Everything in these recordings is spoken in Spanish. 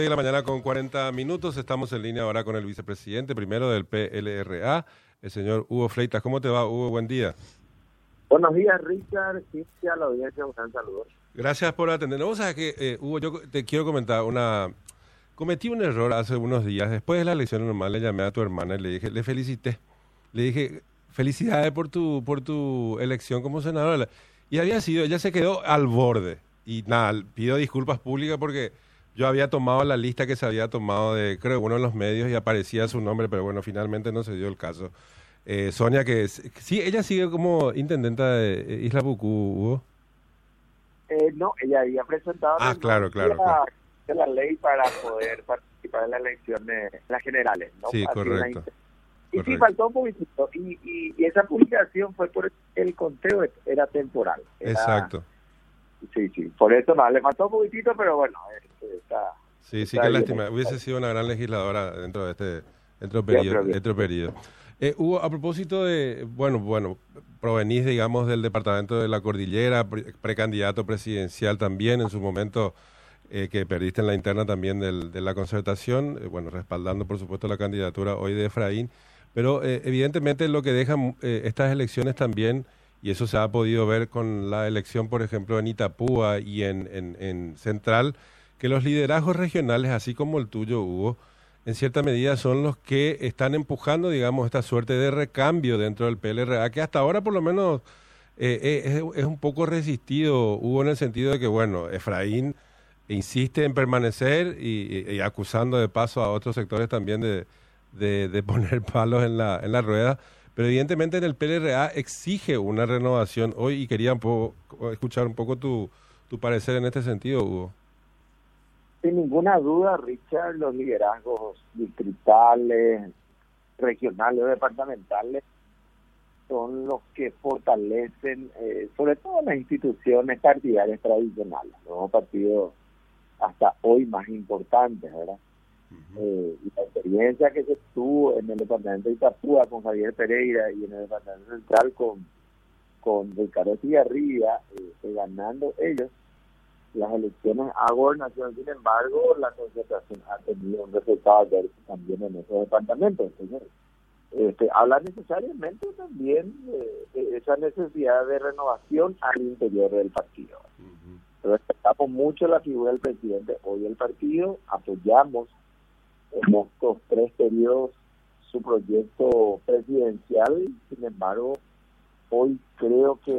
de la mañana con 40 minutos. Estamos en línea ahora con el vicepresidente primero del PLRA, el señor Hugo Fleitas. ¿Cómo te va, Hugo? Buen día. Buenos días, Richard. Sí, a la audiencia, un gran saludo. Gracias por atendernos. Vos sabés que, Hugo, yo te quiero comentar cometí un error hace unos días. Después de la elección normal le llamé a tu hermana y le dije, le felicité. Le dije, felicidades por tu elección como senadora. Y ella se quedó al borde. Y nada, pido disculpas públicas porque yo había tomado la lista que se había tomado de, creo, uno de los medios y aparecía su nombre, pero bueno, finalmente no se dio el caso. Sonia, sí, ella sigue como intendenta de Isla Bucú, Hugo. No, ella había presentado claro. La ley para poder participar en las elecciones, las generales, ¿no? Sí, así correcto. Y sí, faltó un poquitito. Y esa publicación fue por el conteo, era temporal. Exacto. Sí, por eso no, le faltó un poquitito, pero bueno, está. Sí, está qué bien. lástima. Hubiese sido una gran legisladora dentro de este periodo. Hugo, a propósito de, bueno, provenís, digamos, del departamento de la Cordillera, precandidato presidencial también en su momento, que perdiste en la interna también de la Concertación, respaldando, por supuesto, la candidatura hoy de Efraín, pero evidentemente lo que dejan estas elecciones también, y eso se ha podido ver con la elección, por ejemplo, en Itapúa y en Central, que los liderazgos regionales, así como el tuyo, Hugo, en cierta medida son los que están empujando, digamos, esta suerte de recambio dentro del PLRA, que hasta ahora por lo menos es un poco resistido, Hugo, en el sentido de que, bueno, Efraín insiste en permanecer y acusando de paso a otros sectores también de poner palos en la rueda, pero evidentemente en el PLRA exige una renovación hoy y quería escuchar un poco tu parecer en este sentido, Hugo. Sin ninguna duda, Richard, los liderazgos distritales, regionales o departamentales son los que fortalecen, sobre todo las instituciones partidarias tradicionales, los partidos hasta hoy más importantes, ¿verdad? Y la experiencia que se tuvo en el departamento de Itapúa con Javier Pereira y en el departamento central con Ricardo Cigarría, ganando ellos las elecciones a gobernación. Sin embargo, la Concertación ha tenido un resultado adverso también en esos departamentos. Entonces, habla necesariamente también de esa necesidad de renovación al interior del partido. Respetamos mucho la figura del presidente hoy del partido, apoyamos en estos 3 periodos su proyecto presidencial. Sin embargo, hoy creo que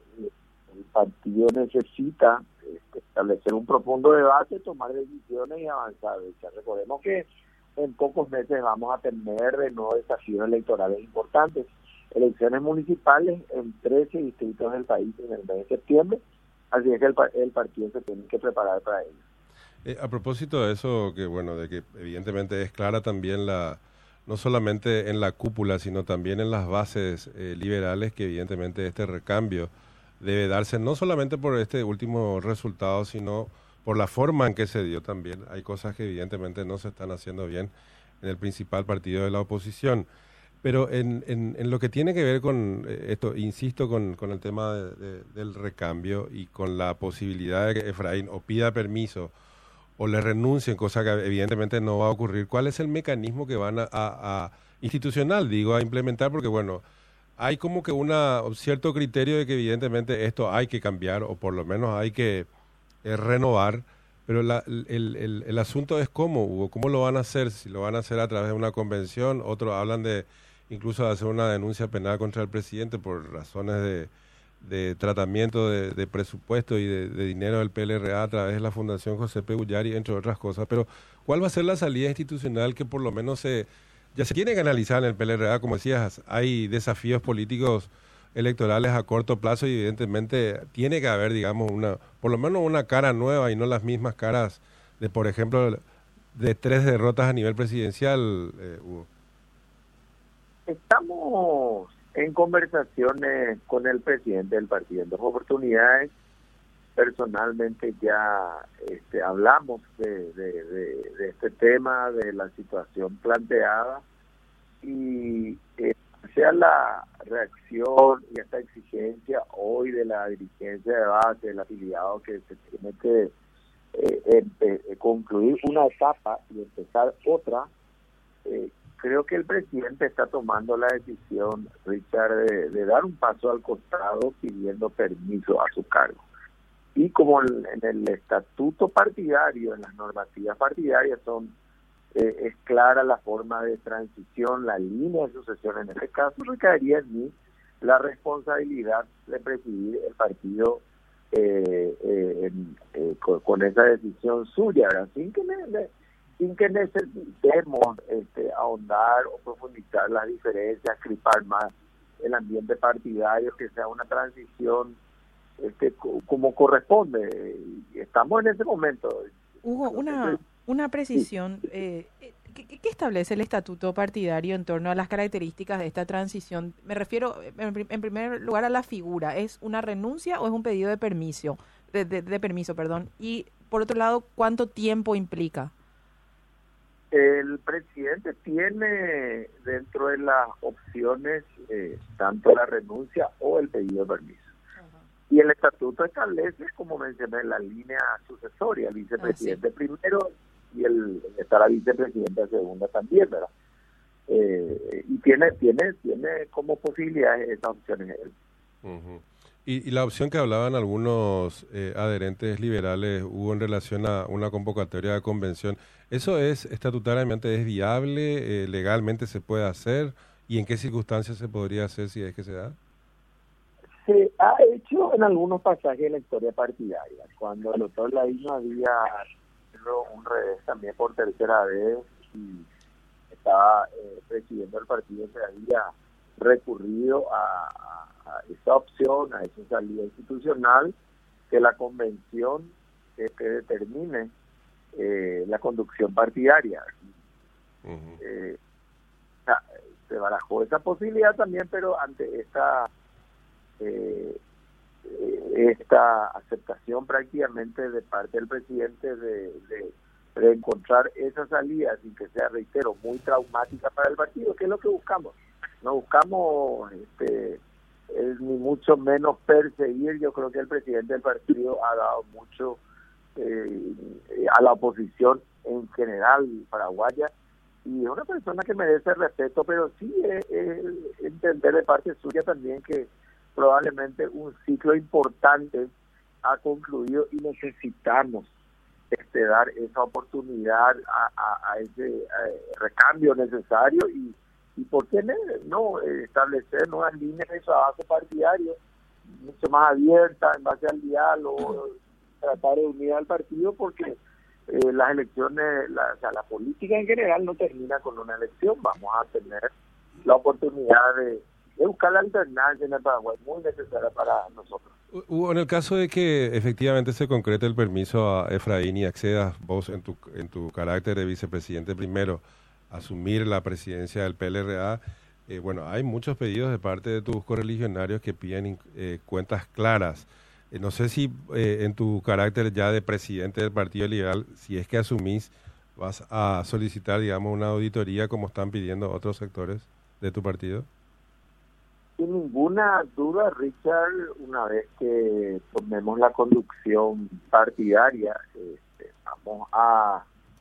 el partido necesita establecer un profundo debate, tomar decisiones y avanzar. Recordemos que en pocos meses vamos a tener de nuevo desafíos electorales importantes, elecciones municipales en 13 distritos del país en el mes de septiembre, así es que el partido se tiene que preparar para ello. A propósito de eso, de que evidentemente es clara también no solamente en la cúpula, sino también en las bases liberales, que evidentemente este recambio debe darse no solamente por este último resultado, sino por la forma en que se dio también. Hay cosas que evidentemente no se están haciendo bien en el principal partido de la oposición. Pero en lo que tiene que ver con esto, insisto, con el tema del recambio y con la posibilidad de que Efraín o pida permiso o le renuncien, cosa que evidentemente no va a ocurrir, ¿cuál es el mecanismo que van a institucional, a implementar? Porque, hay como que un cierto criterio de que evidentemente esto hay que cambiar o por lo menos hay que renovar, pero el asunto es cómo lo van a hacer, si lo van a hacer a través de una convención. Otros hablan de incluso de hacer una denuncia penal contra el presidente por razones de tratamiento de presupuesto y de dinero del PLRA a través de la Fundación José P. Ullari, entre otras cosas. Pero ¿cuál va a ser la salida institucional que por lo menos ya se tiene que analizar en el PLRA? Como decías, hay desafíos políticos electorales a corto plazo y evidentemente tiene que haber, digamos, por lo menos una cara nueva y no las mismas caras de, por ejemplo, de 3 derrotas a nivel presidencial, Hugo. Estamos en conversaciones con el presidente del partido en 2 oportunidades. Personalmente ya hablamos de este tema, de la situación planteada, y sea la reacción y esta exigencia hoy de la dirigencia de base, del afiliado, que se tiene que concluir una etapa y empezar otra, creo que el presidente está tomando la decisión, Richard, de dar un paso al costado pidiendo permiso a su cargo. Y como en el estatuto partidario, en las normativas partidarias es clara la forma de transición, la línea de sucesión. En este caso recaería en mí la responsabilidad de presidir el partido con esa decisión suya, ¿verdad? Sin que necesitemos ahondar o profundizar las diferencias, cripar más el ambiente partidario, que sea una transición como corresponde. Estamos en ese momento. Hugo, una precisión. ¿Qué establece el estatuto partidario en torno a las características de esta transición? Me refiero, en primer lugar, a la figura. ¿Es una renuncia o es un pedido de permiso? De permiso, perdón. Y, por otro lado, ¿cuánto tiempo implica? El presidente tiene dentro de las opciones tanto la renuncia o el pedido de permiso. Y el estatuto establece, como mencioné, la línea sucesoria, el vicepresidente primero y está la vicepresidenta segunda también, ¿verdad? Y tiene como posibilidades esas opciones. Uh-huh. Y la opción que hablaban algunos adherentes liberales hubo en relación a una convocatoria de convención, ¿eso es estatutariamente es viable? ¿Legalmente se puede hacer? ¿Y en qué circunstancias se podría hacer si es que se da? Se ha hecho en algunos pasajes de la historia partidaria. Cuando el doctor Lavín había hecho un revés también por tercera vez y estaba presidiendo el partido, se había recurrido a esa opción, a esa salida institucional, que la convención que determine la conducción partidaria. Uh-huh. Se barajó esa posibilidad también, pero ante esta aceptación prácticamente de parte del presidente de encontrar esa salida sin que sea, reitero, muy traumática para el partido, que es lo que buscamos. No buscamos ni mucho menos perseguir. Yo creo que el presidente del partido ha dado mucho a la oposición en general paraguaya, y es una persona que merece respeto, pero sí entender de parte suya también que probablemente un ciclo importante ha concluido y necesitamos dar esa oportunidad a ese recambio necesario y por qué no establecer nuevas líneas de trabajo partidario mucho más abiertas en base al diálogo, tratar de unir al partido, porque las elecciones, la política en general no termina con una elección. Vamos a tener la oportunidad de buscar la alternancia en el Paraguay, muy necesaria para nosotros. Hugo, en el caso de que efectivamente se concrete el permiso a Efraín y accedas vos en tu carácter de vicepresidente primero a asumir la presidencia del PLRA, bueno, hay muchos pedidos de parte de tus correligionarios que piden cuentas claras. No sé si en tu carácter ya de presidente del Partido Liberal, si es que asumís, vas a solicitar, digamos, una auditoría como están pidiendo otros sectores de tu partido. Sin ninguna duda, Richard, una vez que tomemos la conducción partidaria, vamos a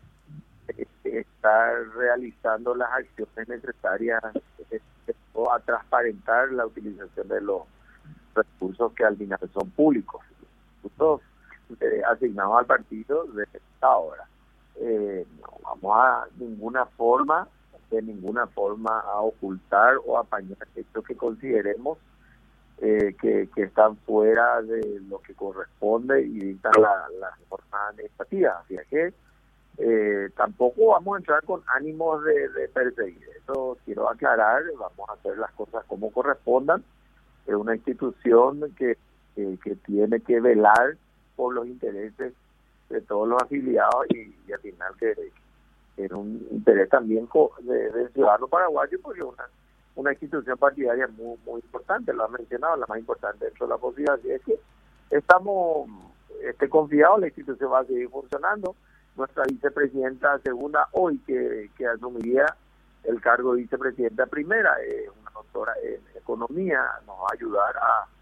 estar realizando las acciones necesarias a transparentar la utilización de los recursos que al final son públicos, recursos asignados al partido de esta hora. No vamos de ninguna forma a ocultar o apañar hechos que consideremos que están fuera de lo que corresponde y dictan las normas administrativas. Así es que tampoco vamos a entrar con ánimos de perseguir. Eso quiero aclarar. Vamos a hacer las cosas como correspondan. Es una institución que tiene que velar por los intereses de todos los afiliados y al final que es un interés también del ciudadano paraguayo, porque es una institución partidaria muy muy importante, lo ha mencionado, la más importante dentro de la posibilidad. Así es que estamos confiados, la institución va a seguir funcionando. Nuestra vicepresidenta segunda hoy, que asumiría el cargo de vicepresidenta primera, una doctora en economía, nos va a ayudar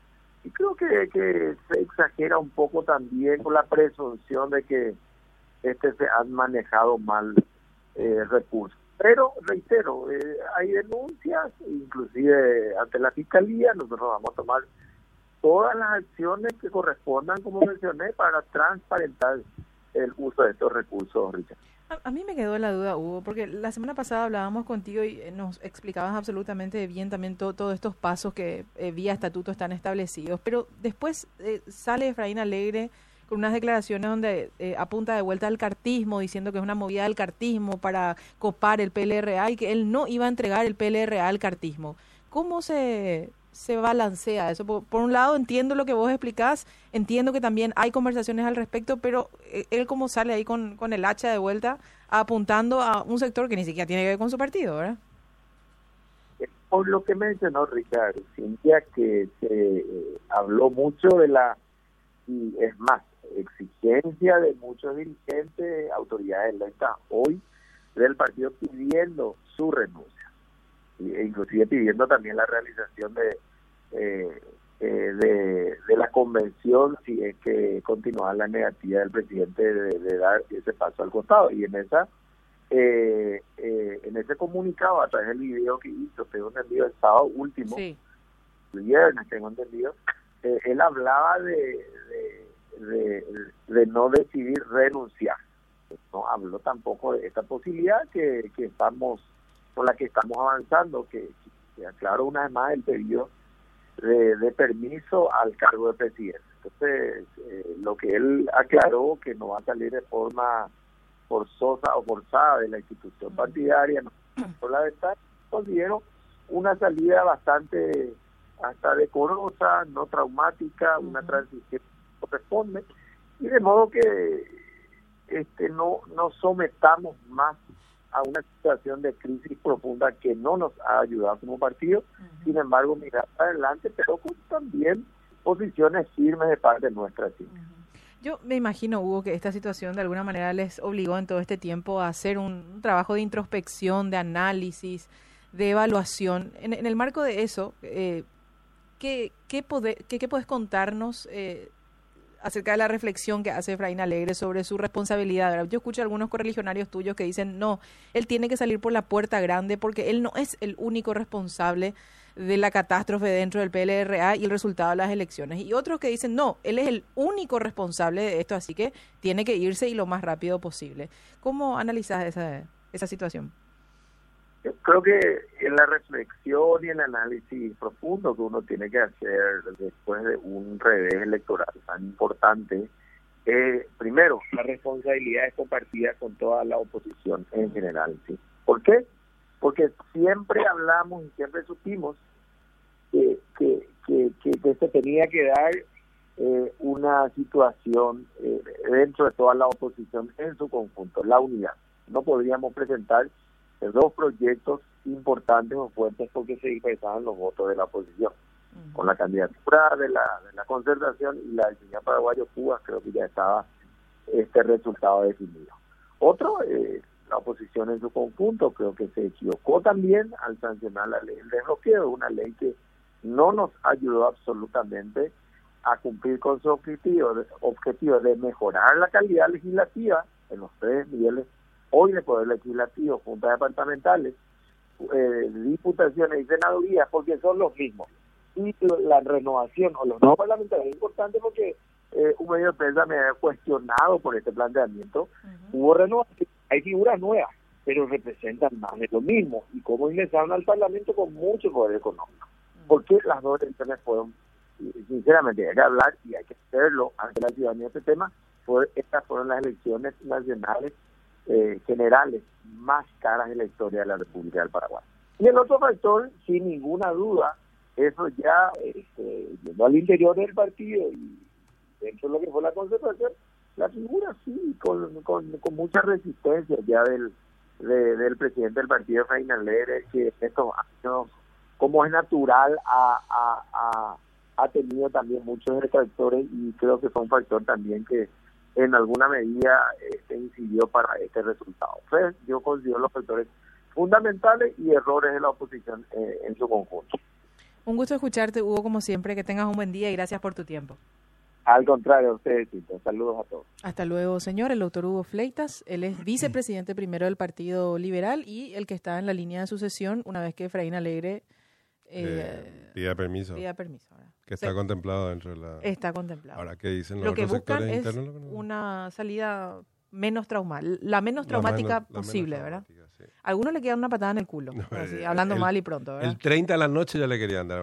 Y creo que se exagera un poco también con la presunción de que se han manejado mal recursos. Pero, reitero, hay denuncias, inclusive ante la Fiscalía. Nosotros vamos a tomar todas las acciones que correspondan, como mencioné, para transparentar el uso de estos recursos, Richard. A mí me quedó la duda, Hugo, porque la semana pasada hablábamos contigo y nos explicabas absolutamente bien también todos estos pasos que vía estatuto están establecidos, pero después sale Efraín Alegre con unas declaraciones donde apunta de vuelta al cartismo, diciendo que es una movida del cartismo para copar el PLRA y que él no iba a entregar el PLRA al cartismo. ¿Cómo se balancea eso? Por un lado entiendo lo que vos explicás, entiendo que también hay conversaciones al respecto, pero él como sale ahí con el hacha de vuelta apuntando a un sector que ni siquiera tiene que ver con su partido, ¿verdad? Por lo que mencionó Ricardo, Cintia, que se habló mucho de y es más, exigencia de muchos dirigentes, autoridades electas hoy del partido pidiendo su renuncia, e inclusive pidiendo también la realización de la convención si es que continúa la negativa del presidente de dar ese paso al costado. Y en ese comunicado, a través del video que hizo, tengo entendido el sábado último, sí, el viernes tengo entendido, él hablaba de no decidir renunciar. No habló tampoco de esta posibilidad con la que estamos avanzando, que aclaro una vez más el pedido de permiso al cargo de presidente. Entonces, lo que él aclaró, que no va a salir de forma forzosa o forzada de la institución partidaria, no, por la verdad, considero una salida bastante hasta decorosa, no traumática, una transición que corresponde, y de modo que no sometamos más a una situación de crisis profunda que no nos ha ayudado como partido. Sin embargo, mirar adelante, pero con también posiciones firmes de parte nuestra. ¿Sí? Yo me imagino, Hugo, que esta situación de alguna manera les obligó en todo este tiempo a hacer un trabajo de introspección, de análisis, de evaluación. En el marco de eso, ¿qué podés contarnos acerca de la reflexión que hace Efraín Alegre sobre su responsabilidad? ¿Verdad? Yo escucho a algunos correligionarios tuyos que dicen, no, él tiene que salir por la puerta grande porque él no es el único responsable de la catástrofe dentro del PLRA y el resultado de las elecciones. Y otros que dicen, no, él es el único responsable de esto, así que tiene que irse y lo más rápido posible. ¿Cómo analizas esa situación? Yo creo que en la reflexión y el análisis profundo que uno tiene que hacer después de un revés electoral tan importante, primero, la responsabilidad es compartida con toda la oposición en general. ¿Sí? ¿Por qué? Porque siempre hablamos y siempre supimos que se tenía que dar una situación dentro de toda la oposición en su conjunto, la unidad. No podríamos presentar dos proyectos importantes o fuertes porque se dispersaban los votos de la oposición. Con la candidatura de la Concertación y la del señor paraguayo Cuba, creo que ya estaba este resultado definido. Otro, la oposición en su conjunto, creo que se equivocó también al sancionar la ley del desbloqueo, una ley que no nos ayudó absolutamente a cumplir con su objetivo de mejorar la calidad legislativa en los tres niveles hoy de poder legislativo, juntas departamentales, diputaciones y senadurías, porque son los mismos. Y la renovación o los nuevos parlamentarios es importante porque un medio de prensa me ha cuestionado por este planteamiento. Hubo renovación, hay figuras nuevas, pero representan más de lo mismo. Y cómo ingresaron al Parlamento con mucho poder económico. Porque las dos elecciones fueron, sinceramente, hay que hablar y hay que hacerlo ante la ciudadanía de este tema, estas fueron las elecciones nacionales generales más caras de la historia de la República del Paraguay. Y el otro factor, sin ninguna duda, eso ya yendo al interior del partido y dentro de lo que fue la Concertación, la figura sí, con mucha resistencia ya del presidente del partido, Efraín Alegre, que estos años, como es natural, ha tenido también muchos detractores y creo que fue un factor también que en alguna medida incidió para este resultado. Entonces, yo considero los factores fundamentales y errores de la oposición en su conjunto. Un gusto escucharte, Hugo, como siempre. Que tengas un buen día y gracias por tu tiempo. Al contrario, a ustedes, saludos a todos. Hasta luego, señor. El doctor Hugo Fleitas, él es vicepresidente primero del Partido Liberal y el que está en la línea de sucesión una vez que Efraín Alegre pida permiso. ¿verdad? Que está contemplado dentro de la... Está contemplado. Ahora, ¿qué dicen los Lo que otros buscan sectores es internos? una salida menos traumática, la menos traumática posible, ¿verdad? Sí. A algunos le quedan una patada en el culo, así, hablando mal y pronto, ¿verdad? El 30 de la noche ya le querían dar.